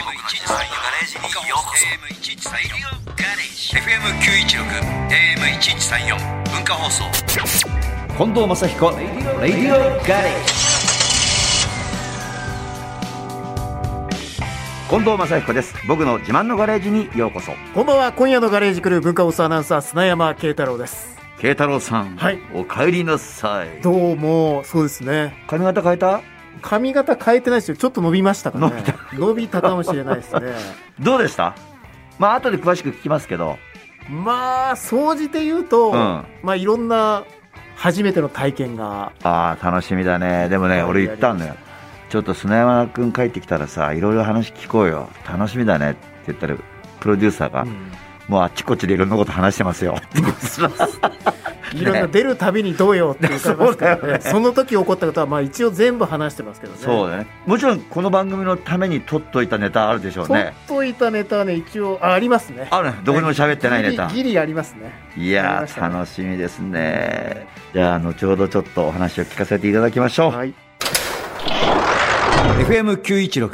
FM916 文化放送近藤正彦レディオガレージ。近藤正彦です。僕の自慢のガレージにようこそ。 こんばんは。今夜のガレージクルー文化放送アナウンサー砂山慶太郎です。 慶太郎さん、はい、お帰りなさい。 どうも。そうですね。 髪型変えた？ 髪型変えてないですよ。ちょっと伸びましたかね。伸びたかもしれないですね。 どうでした？まあ後で詳しく聞きますけど、 まあ総じて言うと、まあいろんな初めての体験が。 楽しみだね。でもね、俺言ったんだよ。ちょっと砂山くん帰ってきたらさ、いろいろ話聞こうよ、楽しみだねって言ったら、プロデューサーが、もうあっちこっちでいろんなこと話してますよって言っていろんな出るたびにどうよって言いますからね。その時起こったことはまあ一応全部話してますけどね。 そうだね。もちろんこの番組のために取っといたネタあるでしょうね。 取っといたネタはね、一応ありますね。 あるね。どこにも喋ってないネタ。 ギリありますね。 いやー、楽しみですね。じゃあ後ほどちょっとお話を聞かせていただきましょう。はい。FM916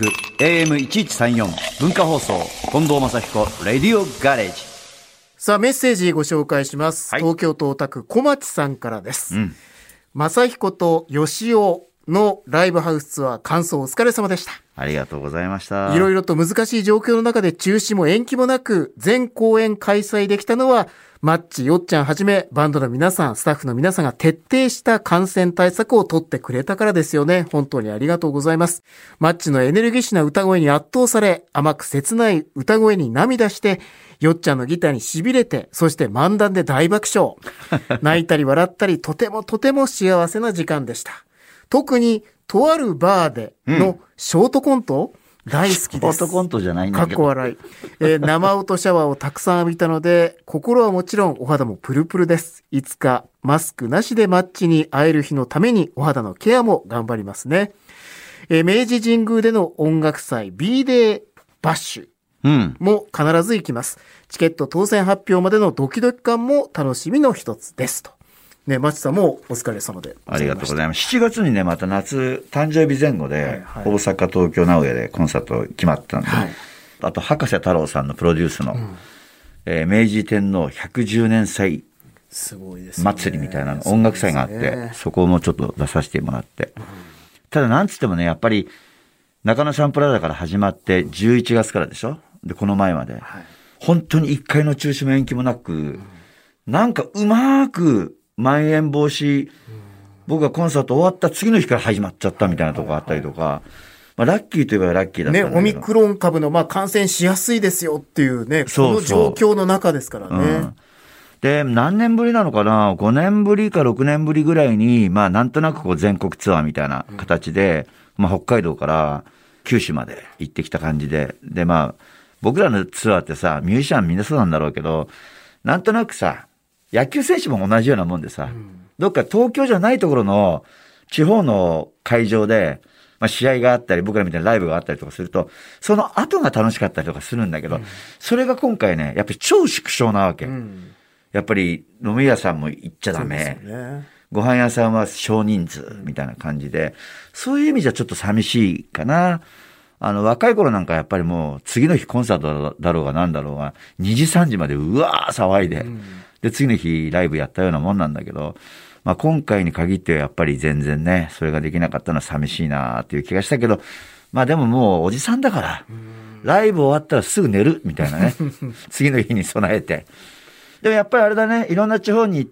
AM1134 文化放送近藤正彦レディオガレージ。 さあメッセージご紹介します、はい、東京都大田区小町さんからです、正彦と吉尾のライブハウスツアー感想お疲れ様でした。 ありがとうございました。 いろいろと難しい状況の中で中止も延期もなく全公演開催できたのはマッチよっちゃんはじめバンドの皆さんスタッフの皆さんが徹底した感染対策を取ってくれたからですよね。本当にありがとうございます。マッチのエネルギッシュな歌声に圧倒され甘く切ない歌声に涙してよっちゃんのギターに痺れてそして漫談で大爆笑泣いたり笑ったりとてもとても幸せな時間でした。特にとあるバーでのショートコント、大好きです。ショートコントじゃないんだけど。 かっこ笑い。生音シャワーをたくさん浴びたので、心はもちろんお肌もプルプルです。いつかマスクなしでマッチに会える日のためにお肌のケアも頑張りますね。明治神宮での音楽祭 B デーバッシュも必ず行きます。チケット当選発表までのドキドキ感も楽しみの一つですと。ね、マッチさんもお疲れ様で。 ありがとうございます。7月にね、また夏、誕生日前後で、大阪、東京、名古屋でコンサート決まったんで、あと、博士太郎さんのプロデュースの、明治天皇110年祭祭りみたいな音楽祭があって、そこもちょっと出させてもらって。ただ、なんつってもね、やっぱり、中野サンプラザから始まって11月からでしょ？で、この前まで。本当に一回の中止も延期もなく、なんかうまーく、まん延防止、僕がコンサート終わった次の日から始まっちゃったみたいなとこがあったりとか、まあ、ラッキーといえばラッキーだったんだけど。 ね、オミクロン株のまあ感染しやすいですよっていうね、その状況の中ですからね。 で、何年ぶりなのかな ?5 年ぶりか6年ぶりぐらいに、まあなんとなくこう全国ツアーみたいな形で、まあ北海道から九州まで行ってきた感じで、でまあ僕らのツアーってさ、ミュージシャンみんなそうなんだろうけど、なんとなくさ、野球選手も同じようなもんでさ、どっか東京じゃないところの地方の会場で、まあ、試合があったり、僕らみたいなライブがあったりとかすると、その後が楽しかったりとかするんだけど、それが今回ね、やっぱり超縮小なわけ。やっぱり飲み屋さんも行っちゃダメ。ご飯屋さんは少人数みたいな感じで、そういう意味じゃちょっと寂しいかな。若い頃なんかやっぱりもう次の日コンサートだろうがなんだろうが、2時3時までうわー騒いで、で、次の日ライブやったようなもんなんだけど、まあ今回に限ってはやっぱり全然ね、それができなかったのは寂しいなーっていう気がしたけど、まあでももうおじさんだから、ライブ終わったらすぐ寝るみたいなね、次の日に備えて。でもやっぱりあれだね、いろんな地方に行って、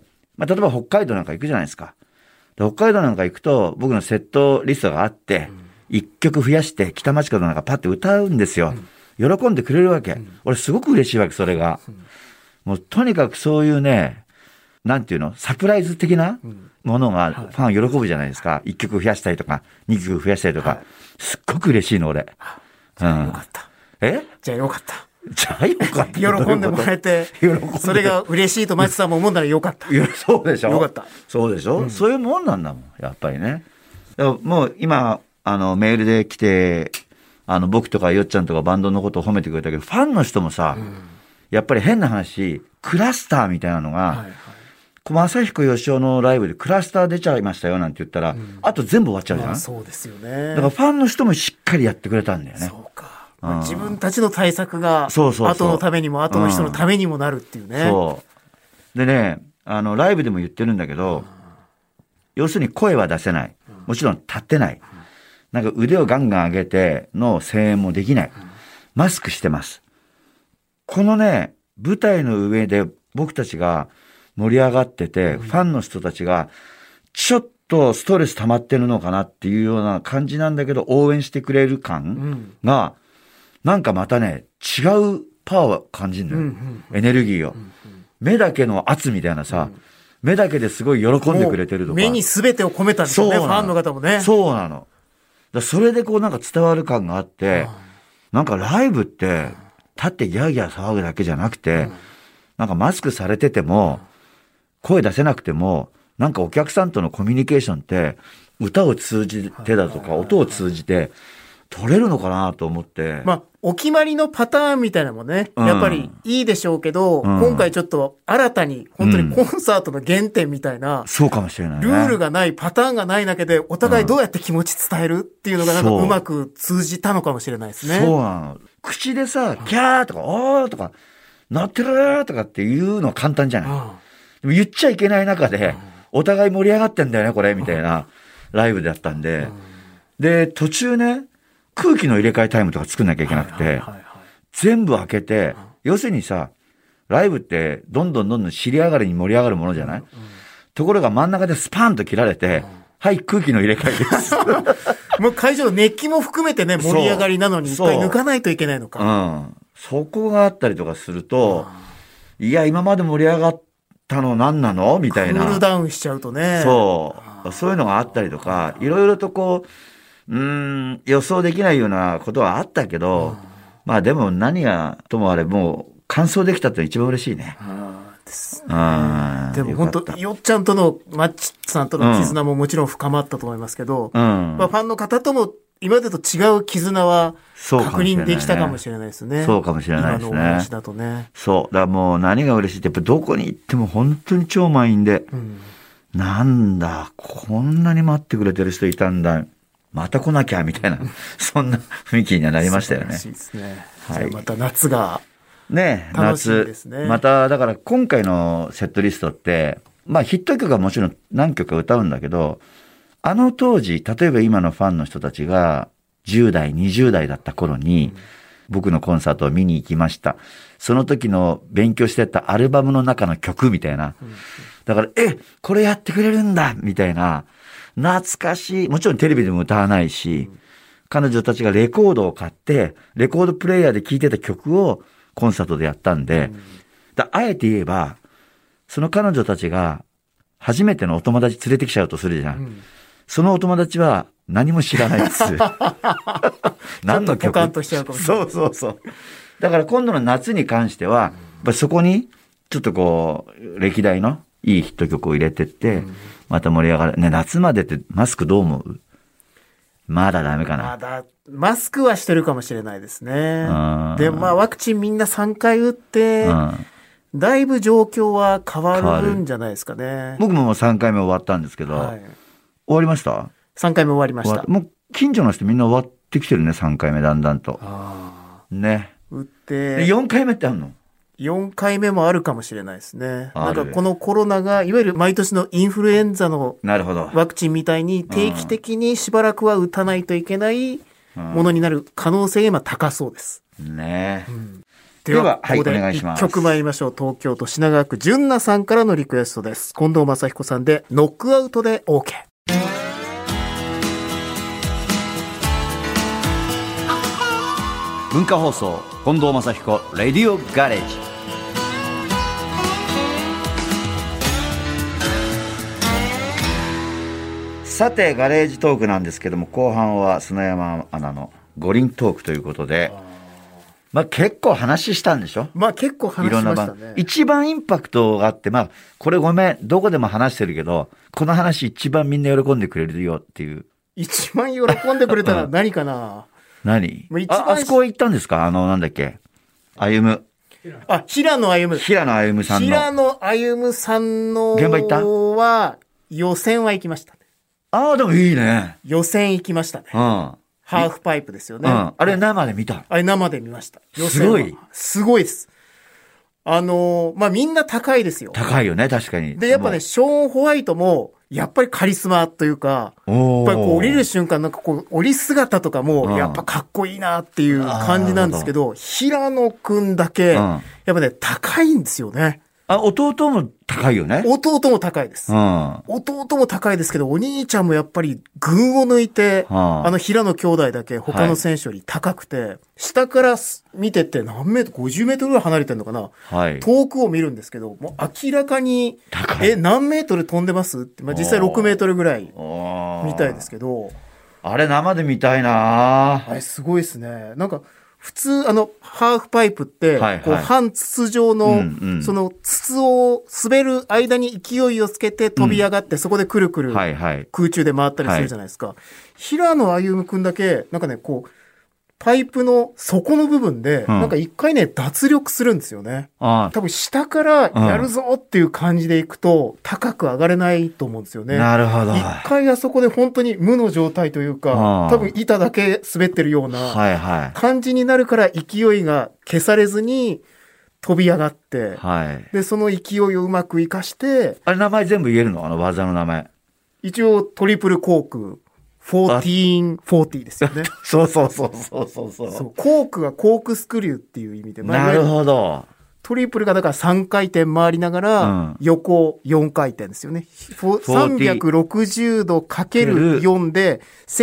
まあ例えば北海道なんか行くじゃないですか。で北海道なんか行くと僕のセットリストがあって、一曲増やして北町角なんかパッて歌うんですよ。喜んでくれるわけ。俺すごく嬉しいわけ、それが。もうとにかくそういうね、なんていうの、サプライズ的なものがファン喜ぶじゃないですか。一曲増やしたりとか、二曲増やしたりとか。すっごく嬉しいの、俺。 じゃあよかった。じゃあよかった。 じゃあよかった。 喜んでもらえて、それが嬉しいとマチさんも思うんならよかった。 いや、そうでしょ。 よかった。 そうでしょ、そういうもんなんだもん、やっぱりね。もう今、メールで来て、僕とかよっちゃんとかバンドのことを褒めてくれたけど、ファンの人もさ、やっぱり変な話、クラスターみたいなのが、正彦よしおのライブでクラスター出ちゃいましたよなんて言ったら、あと全部終わっちゃうじゃん。 そうですよね。 だからファンの人もしっかりやってくれたんだよね。 そうか。 自分たちの対策が、 そうそうそう後のためにも後の人のためにもなるっていうね。 そう。でね、ライブでも言ってるんだけど、要するに声は出せない。もちろん立ってない。なんか腕をガンガン上げての声援もできない。マスクしてます。このね、舞台の上で僕たちが盛り上がってて、ファンの人たちがちょっとストレス溜まってるのかなっていうような感じなんだけど、応援してくれる感が、なんかまたね、違うパワーを感じるのよ。エネルギーを。目だけの圧みたいなさ、目だけですごい喜んでくれてるとか。 目に全てを込めたんですよね、ファンの方もね。 そうなの。それでこうなんか伝わる感があって、なんかライブって、立ってギャーギャー騒ぐだけじゃなくて、なんかマスクされてても、声出せなくても、なんかお客さんとのコミュニケーションって、歌を通じてだとか、音を通じて、取れるのかなと思って。 まあ、お決まりのパターンみたいなのもね、やっぱりいいでしょうけど、今回ちょっと新たに、本当にコンサートの原点みたいな、 そうかもしれないね。 ルールがない、パターンがないだけで、お互いどうやって気持ち伝えるっていうのがなんかうまく通じたのかもしれないですね。 そうなの。口でさ、キャーとか、おーとか、なってるーとかって言うのは簡単じゃない。でも言っちゃいけない中で、お互い盛り上がってんだよね、これ、みたいなライブだったんで。で、途中ね、空気の入れ替えタイムとか作んなきゃいけなくて、全部開けて、要するにさ、ライブってどんどん尻上がりに盛り上がるものじゃない？ところが真ん中でスパンと切られて、はい、空気の入れ替えです。 もう会場の熱気も含めてね、盛り上がりなのに一回抜かないといけないのか。 そこがあったりとかすると、いや、今まで盛り上がったの何なのみたいな。 クールダウンしちゃうとね。 そういうのがあったりとか、いろいろとこう、予想できないようなことはあったけど、まあでも何がともあれ、もう完走できたって一番嬉しいね。 でも本当、よっちゃんとの、マッチさんとの絆ももちろん深まったと思いますけど、まあファンの方とも今までと違う絆は確認できたかもしれないですね。 そうかもしれないですね。 今のお話だとね。 そう。だからもう何が嬉しいって、やっぱどこに行っても本当に超満員で、なんだ、こんなに待ってくれてる人いたんだ。また来なきゃみたいな、そんな雰囲気にはなりましたよね。 素晴らしいですね。じゃあまた夏が。 ね、 楽しいですね。 また、だから今回のセットリストって、まあヒット曲はもちろん何曲か歌うんだけど、あの当時、例えば今のファンの人たちが10代、20代だった頃に、僕のコンサートを見に行きました。その時の勉強してたアルバムの中の曲みたいな。だから、これやってくれるんだみたいな。懐かしい。もちろんテレビでも歌わないし、彼女たちがレコードを買って、レコードプレイヤーで聴いてた曲をコンサートでやったんで、あえて言えば、その彼女たちが初めてのお友達連れてきちゃうとするじゃん。そのお友達は何も知らないです。 何の曲？ポカンとしちゃうかもしれない。 そう。だから今度の夏に関しては、やっぱそこにちょっとこう、歴代のいいヒット曲を入れてって、また盛り上がる。ね、夏までってマスクどう思う？まだダメかな。 まだ、マスクはしてるかもしれないですね。で、まあワクチンみんな3回打って、だいぶ状況は変わるんじゃないですかね。 僕ももう3回目終わったんですけど、終わりました？ 3 回目終わりました。 もう近所の人みんな終わってきてるね、3回目だんだんと。ね。 打って。 で、4回目ってあるの ？4回目もあるかもしれないですね。なんかこのコロナが、いわゆる毎年のインフルエンザのワクチンみたいに定期的にしばらくは打たないといけないものになる可能性が今高そうです。 ねえ。 では、ここで1曲参りましょう。東京都品川区純奈さんからのリクエストです。近藤正彦さんでノックアウトで OK。 文化放送近藤正彦レディオガレージ。 さてガレージトークなんですけども、後半は砂山アナの五輪トークということで、まあ結構話したんでしょ？ まあ結構話しましたね。 一番インパクトがあって、まあこれごめん、どこでも話してるけど、この話一番みんな喜んでくれるよっていう。 一番喜んでくれたら何かな？ 何？あそこ行ったんですか？なんだっけ？歩む。 平野歩む。 平野歩むさんの。 平野歩むさんの。 現場行った？ 予選は行きましたね。 でもいいね。 予選行きましたね。 ハーフパイプですよね。 あれ生で見た。 あれ生で見ました。 すごい。 すごいです。みんな高いですよ。 高いよね、確かに。 で、やっぱね、ショーン・ホワイトも、やっぱりカリスマというか、やっぱりこう降りる瞬間なんかこう降り姿とかもやっぱかっこいいなっていう感じなんですけど、平野くんだけ、やっぱね、高いんですよね。 弟も高いよね。 弟も高いです。弟も高いですけど、お兄ちゃんもやっぱり群を抜いて、平野兄弟だけ他の選手より高くて、下から見てて何メートル、50メートルぐらい離れてるのかな、遠くを見るんですけど、もう明らかに、何メートル飛んでますって、実際6メートルぐらいみたいですけど。 あれ生で見たいな。 あれすごいですね。なんか、普通、ハーフパイプって、こう、半筒状の、その筒を滑る間に勢いをつけて飛び上がって、そこでくるくる空中で回ったりするじゃないですか。平野歩夢くんだけ、なんかね、こう、パイプの底の部分で、なんか一回ね、脱力するんですよね。多分下からやるぞっていう感じでいくと、高く上がれないと思うんですよね。 なるほど。 一回あそこで本当に無の状態というか、多分板だけ滑ってるような感じになるから勢いが消されずに飛び上がって、で、その勢いをうまく活かして、 あれ名前全部言えるの？技の名前。 一応トリプルコーク。1440ですよね。 そう。 コークがコークスクリューっていう意味で。 なるほど。 トリプルがだから3回転回りながら、横4回転ですよね。360度かける4で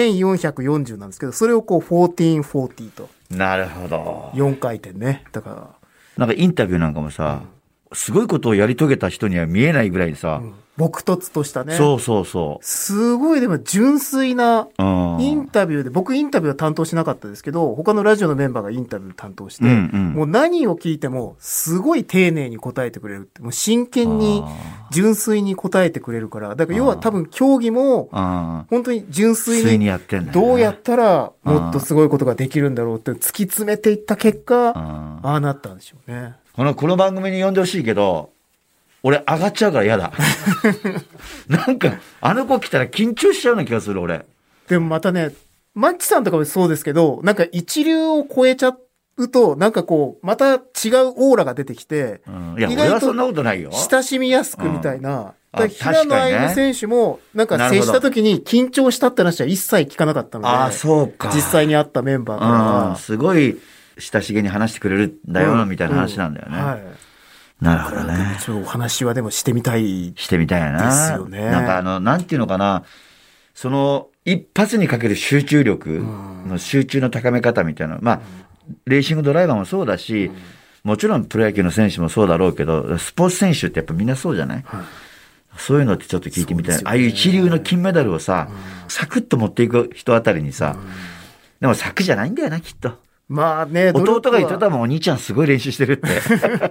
1440なんですけど、それをこう1440と。 なるほど。 4回転ね。だから。 なんかインタビューなんかもさ、すごいことをやり遂げた人には見えないぐらいにさ、 朴突としたね。 そう。すごいでも純粋なインタビューで、僕インタビューは担当しなかったですけど、他のラジオのメンバーがインタビュー担当して、もう何を聞いてもすごい丁寧に答えてくれるって、もう真剣に純粋に答えてくれるから、だから要は多分競技も本当に純粋にどうやったらもっとすごいことができるんだろうって突き詰めていった結果、ああなったんでしょうね。 この番組に呼んでほしいけど、俺上がっちゃうから嫌だ。なんか、あの子来たら緊張しちゃうような気がする、俺。 でもまたね、マッチさんとかもそうですけど、なんか一流を超えちゃうと、なんかこう、また違うオーラが出てきて、 いや、俺はそんなことないよ。 親しみやすくみたいな。平野歩夢選手も、なんか接した時に緊張したって話は一切聞かなかったので、 そうか。 実際に会ったメンバーからは。 すごい親しげに話してくれるんだよ、みたいな話なんだよね。なるほどね。 お話はでもしてみたい。 してみたいな。ですよね。なんかなんていうのかな。その、一発にかける集中力の集中の高め方みたいな。まあ、レーシングドライバーもそうだし、もちろんプロ野球の選手もそうだろうけど、スポーツ選手ってやっぱみんなそうじゃない？そういうのってちょっと聞いてみたい。ああいう一流の金メダルをさ、サクッと持っていく人あたりにさ、でもサクじゃないんだよな、きっと。 まあね、 弟が言ってたもん、お兄ちゃんすごい練習してるって。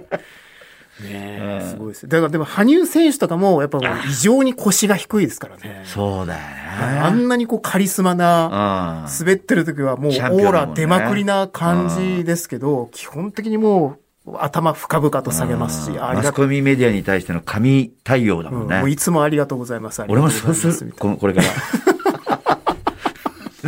ねすごいです。だからでも羽生選手とかもやっぱ異常に腰が低いですからね。 そうだよね。 あんなにこうカリスマな滑ってる時はもうオーラ出まくりな感じですけど、基本的にもう頭深々と下げますし、 マスコミメディアに対しての神対応だもんね。 もういつもありがとうございます。 俺もそうする。これから。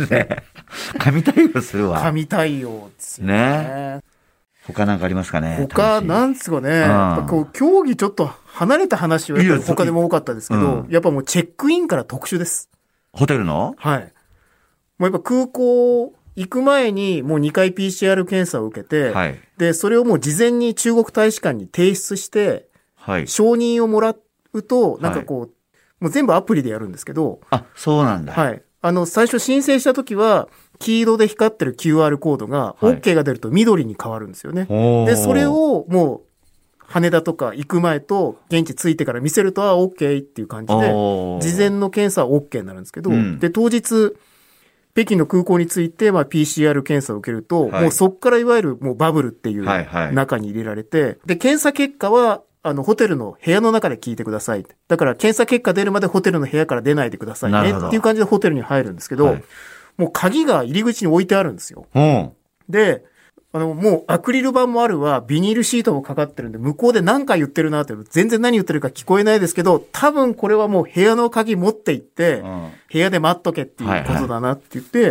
ね、神対応するわ。 神対応ですよね。 他なんかありますかね。 他なんですかね。やっぱこう競技ちょっと離れた話は他でも多かったですけど、やっぱもうチェックインから特殊です。 ホテルの？ はい。もうやっぱ空港行く前にもう2回 PCR 検査を受けて、で、それをもう事前に中国大使館に提出して、承認をもらうと、なんかこう、もう全部アプリでやるんですけど。 そうなんだ。 はい。最初申請した時は、黄色で光ってる QR コードが、OK が出ると緑に変わるんですよね。で、それをもう、羽田とか行く前と現地着いてから見せると、OK っていう感じで、事前の検査は OK になるんですけど、で、当日、北京の空港に着いて、PCR 検査を受けると、もうそっからいわゆるもうバブルっていう中に入れられて、で、検査結果は、ホテルの部屋の中で聞いてください。だから、検査結果出るまでホテルの部屋から出ないでくださいね。っていう感じでホテルに入るんですけど、もう鍵が入り口に置いてあるんですよ。で、もうアクリル板もあるわ、ビニールシートもかかってるんで、向こうで何か言ってるなって、全然何言ってるか聞こえないですけど、多分これはもう部屋の鍵持って行って、部屋で待っとけっていうことだなって言って、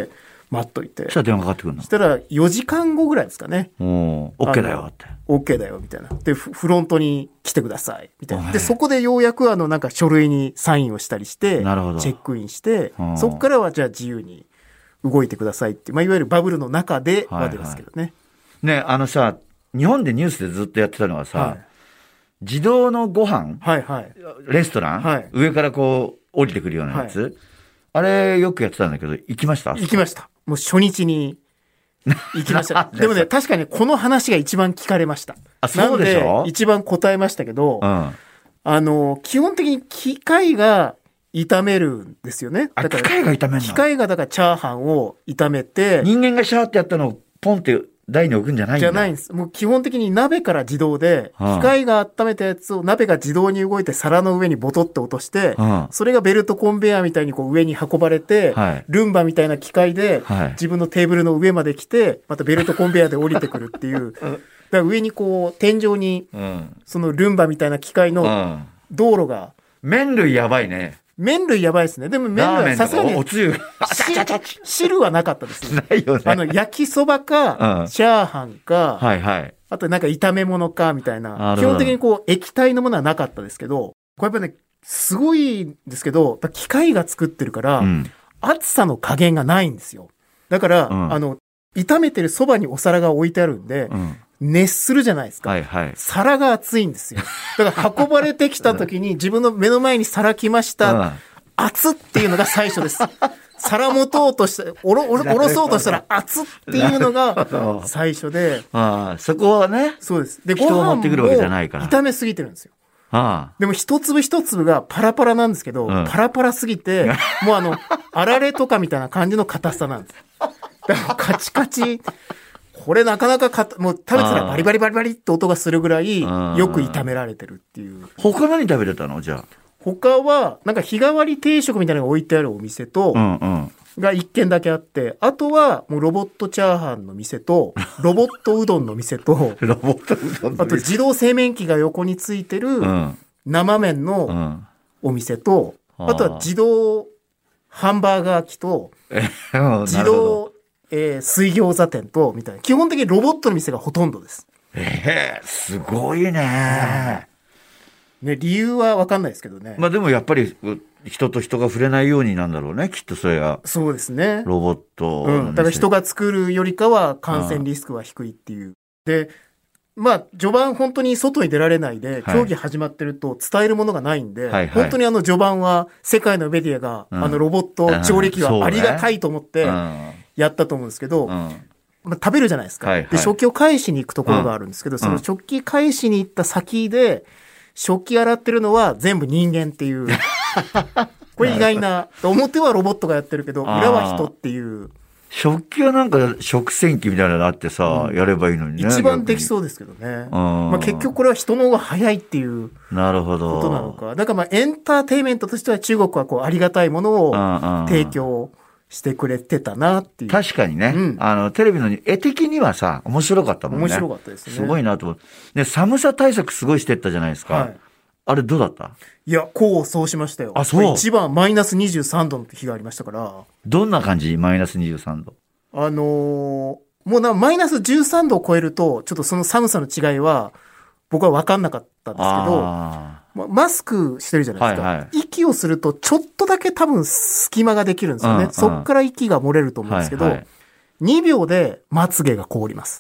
待っといて。 そしたら電話かかってくるのそ。したら4時間後ぐらいですかね。 OK だよって。 OK だよ、みたいな。で、フロントに来てください、みたいな。 はいで、そこでようやくなんか書類にサインをしたりして、 なるほどチェックインして、 うんそこからはじゃあ自由に動いてくださいって、まあ、いわゆるバブルの中ではですけどね。 ね、さ、日本でニュースでずっとやってたのはさ、 はい自動のご飯、 はいはい。 レストラン、 はい上からこう降りてくるようなやつ、あれよくやってたんだけど、行きました？ 行きました。もう初日に行きました。でもね、確かにこの話が一番聞かれました。 あ、そうでしょ？ なんで一番答えましたけど、基本的に機械が炒めるんですよね。 あ、機械が炒めるの？ 機械がだからチャーハンを炒めて、 人間がシャーってやったのをポンって台に置くんじゃないんだ。 じゃないんです。もう基本的に鍋から自動で、機械が温めたやつを鍋が自動に動いて皿の上にボトって落として、それがベルトコンベヤーみたいにこう上に運ばれて、ルンバみたいな機械で、自分のテーブルの上まで来て、またベルトコンベヤーで降りてくるっていう。だから上にこう、天井に、そのルンバみたいな機械の道路が。 麺類やばいね。 麺類やばいですね。でも麺類はさすがにおつゆ汁はなかったですね。 ないよね。 焼きそばか、チャーハンか、あとなんか炒め物かみたいな。基本的にこう液体のものはなかったですけど、これやっぱね、すごいんですけど、機械が作ってるから、熱さの加減がないんですよ。だから、炒めてるそばにお皿が置いてあるんで、熱するじゃないですか。皿が熱いんですよ。だから運ばれてきた時に自分の目の前に皿来ました。熱っていうのが最初です。皿持とうとして、おろそうとしたら熱っていうのが最初で。 そこはね。 そうです。で、 人を持ってくるわけじゃないから。 炒めすぎてるんですよ。でも一粒一粒がパラパラなんですけど、パラパラすぎて、もうあられとかみたいな感じの硬さなんです。だからカチカチ。これなかなかもう食べたらバリバリバリバリって音がするぐらいよく炒められてるっていう。 他何食べてたのじゃあ。 他は、なんか日替わり定食みたいなのが置いてあるお店と、が一軒だけあって、あとはもうロボットチャーハンの店と、ロボットうどんの店と、あと自動製麺機が横についてる生麺のお店と、あとは自動ハンバーガー機と、自動水餃子店と、みたいな。基本的にロボットの店がほとんどです。 すごいね。 ね、理由は分かんないですけどね。 まあでもやっぱり人と人が触れないようになんだろうね、きっとそれは。 そうですね。 ロボット。 だから人が作るよりかは感染リスクは低いっていう。で、まあ序盤本当に外に出られないで、競技始まってると伝えるものがないんで、本当に序盤は世界のメディアが、ロボット調理器はありがたいと思ってやったと思うんですけど、まあ、食べるじゃないですか。で、食器を返しに行くところがあるんですけど、その食器返しに行った先で、食器洗ってるのは全部人間っていう。これ意外な。表はロボットがやってるけど、裏は人っていう。 食器はなんか食洗機みたいなのあってさ、やればいいのにね。 一番できそうですけどね。まあ、結局これは人の方が早いっていう。 なるほど。 ことなのか。だからまあエンターテインメントとしては中国はこうありがたいものを提供してくれてたなっていう。 確かにね。テレビの絵的にはさ、面白かったもんね。 面白かったですね。 すごいなと思って。で、寒さ対策すごいしてったじゃないですか。あれどうだった？ いや、こうそうしましたよ。 あ、そう。 一番マイナス23度の日がありましたから。 どんな感じ？マイナス23度。 もうマイナス13度を超えると、ちょっとその寒さの違いは、僕は分かんなかったんですけど、マスクしてるじゃないですか。息をすると、ちょっとだけ多分隙間ができるんですよね。そっから息が漏れると思うんですけど、2秒でまつげが凍ります。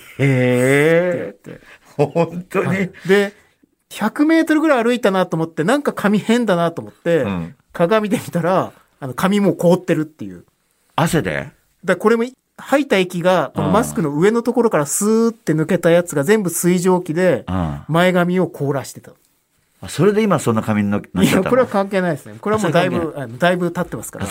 本当に、 で、100メートルぐらい歩いたなと思って、なんか髪変だなと思って、鏡で見たら、髪もう凍ってるっていう。 汗で？ だこれも吐いた息がこのマスクの上のところからスーって抜けたやつが全部水蒸気で前髪を凍らしてた。 それで今そんな髪になっちゃったの？ いや、これは関係ないですね。これはもうだいぶ経ってますから。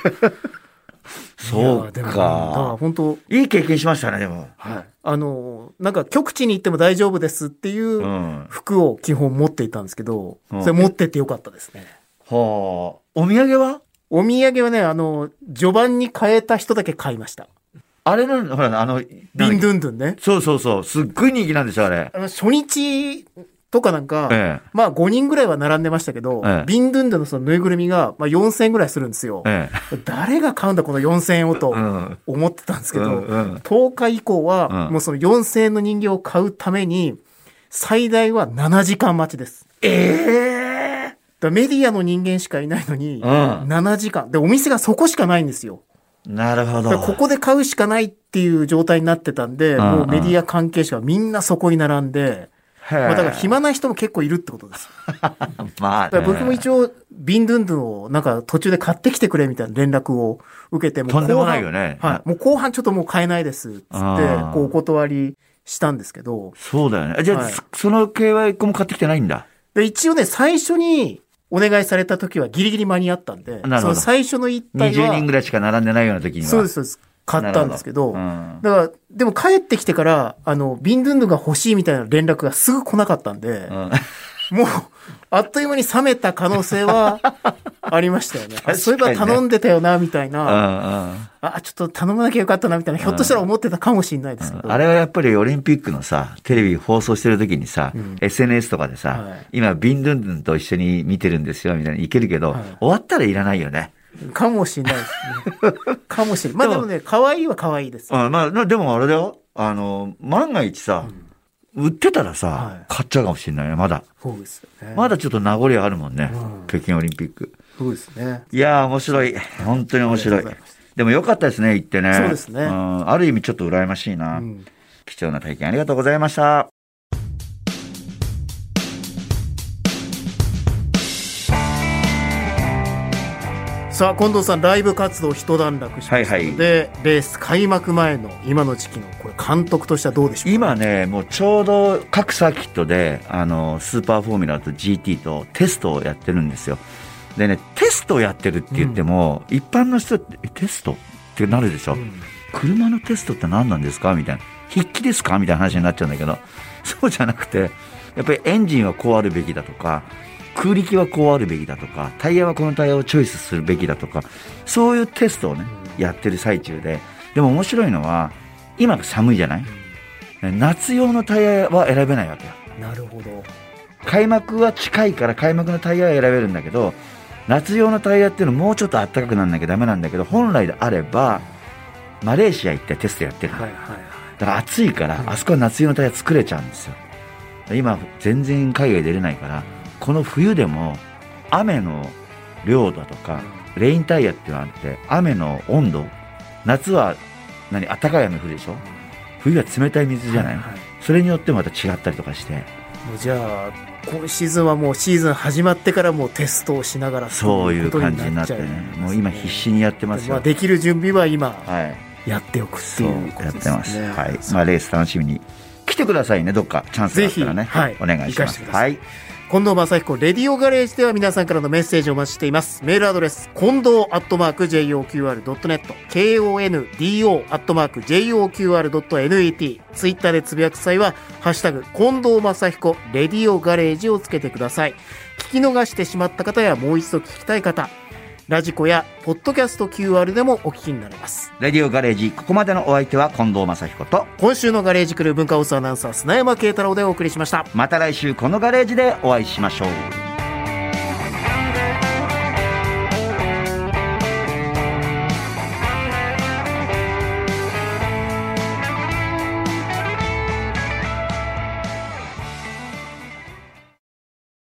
そうか。 本当いい経験しましたね、でも。 なんか極地に行っても大丈夫ですっていう服を基本持っていたんですけど、それ持ってってよかったですね。 はあ。お土産は？ お土産はね、序盤に買えた人だけ買いました。 あれなの、ほら、 ビンドゥンドゥンね。 そう。すっごい人気なんですよ、あれ。 初日とかなんか、まあ5人ぐらいは並んでましたけど、ビンドゥンドゥンのそのぬいぐるみが、まあ4000円ぐらいするんですよ。誰が買うんだこの4000円をと思ってたんですけど、10日以降はもうその4000円の人形を買うために、最大は7時間待ちです。だメディアの人間しかいないのに、7時間。で、お店がそこしかないんですよ。 なるほど。 ここで買うしかないっていう状態になってたんで、もうメディア関係者はみんなそこに並んで、まあだから暇な人も結構いるってことです。まあ、ね、だから僕も一応、ビンドゥンドゥンをなんか途中で買ってきてくれみたいな連絡を受けて、 とんでもないよね。 はい。もう後半ちょっともう買えないですっつって、こうお断りしたんですけど。 そうだよね。じゃあ、その系は一個も買ってきてないんだ。 で一応ね、最初にお願いされた時はギリギリ間に合ったんで、その最初の一体は。 20人ぐらいしか並んでないような時には。 そうです、そうです。買ったんですけど、だから、でも帰ってきてから、ビンドゥンドゥンが欲しいみたいな連絡がすぐ来なかったんで、もう、あっという間に冷めた可能性はありましたよね。そういえば頼んでたよな、みたいな。ちょっと頼まなきゃよかったな、みたいな。ひょっとしたら思ってたかもしれないですけど。 あれはやっぱりオリンピックのさ、テレビ放送してる時にさ、SNS とかでさ、今ビンドゥンドゥンと一緒に見てるんですよ、みたいにいけるけど、終わったらいらないよね。 かもしれないですね。かもしれない。まあでもね、可愛いは可愛いです。 まあ、でもあれだよ。万が一さ、売ってたらさ、買っちゃうかもしれないね、まだ。 そうですよね。 まだちょっと名残あるもんね。北京オリンピック。 そうですね。 いやー、面白い。本当に面白い。でもよかったですね、行ってね。 そうですね。 ある意味ちょっと羨ましいな。貴重な体験ありがとうございました。 さあ、近藤さん、ライブ活動一段落しましたので、レース開幕前の今の時期のこれ監督としてはどうでしょうか。 今ね、もうちょうど各サーキットでスーパーフォーミュラと GT とテストをやってるんですよ。でね、テストをやってるって言っても、一般の人ってテストってなるでしょ。車のテストって何なんですかみたいな。筆記ですかみたいな話になっちゃうんだけど、そうじゃなくて、やっぱりエンジンはこうあるべきだとか、空力はこうあるべきだとか、タイヤはこのタイヤをチョイスするべきだとか、そういうテストをね、やってる最中で、でも面白いのは、今寒いじゃない？夏用のタイヤは選べないわけよ。 なるほど。 開幕は近いから開幕のタイヤは選べるんだけど、夏用のタイヤっていうのもうちょっと暖かくならなきゃダメなんだけど、本来であれば、マレーシア行ってテストやってる。だから暑いから、あそこは夏用のタイヤ作れちゃうんですよ。今、全然海外出れないから、この冬でも雨の量だとかレインタイヤっていうのがあって雨の温度夏は暖かい雨降るでしょ冬は冷たい水じゃない、それによってまた違ったりとかしてもうじゃあ今シーズンはもうシーズン始まってからもうテストをしながらそういう感じになってねもう今必死にやってますよ、 できる準備は今やっておくっていうことですね、 やってます、はいレース楽しみに来てくださいねどっかチャンスがあったらね、お願いします。 近藤正彦レディオガレージでは皆さんからのメッセージをお待ちしています。メールアドレス近藤@joqr.net KONDO@joqr.net ツイッターでつぶやく際はハッシュタグ近藤正彦レディオガレージをつけてください。聞き逃してしまった方やもう一度聞きたい方ラジコやポッドキャスト QR でもお聞きになれます。 レディオガレージここまでのお相手は近藤正彦と今週のガレージクルー文化放送アナウンサー砂山慶太郎でお送りしました。 また来週このガレージでお会いしましょう。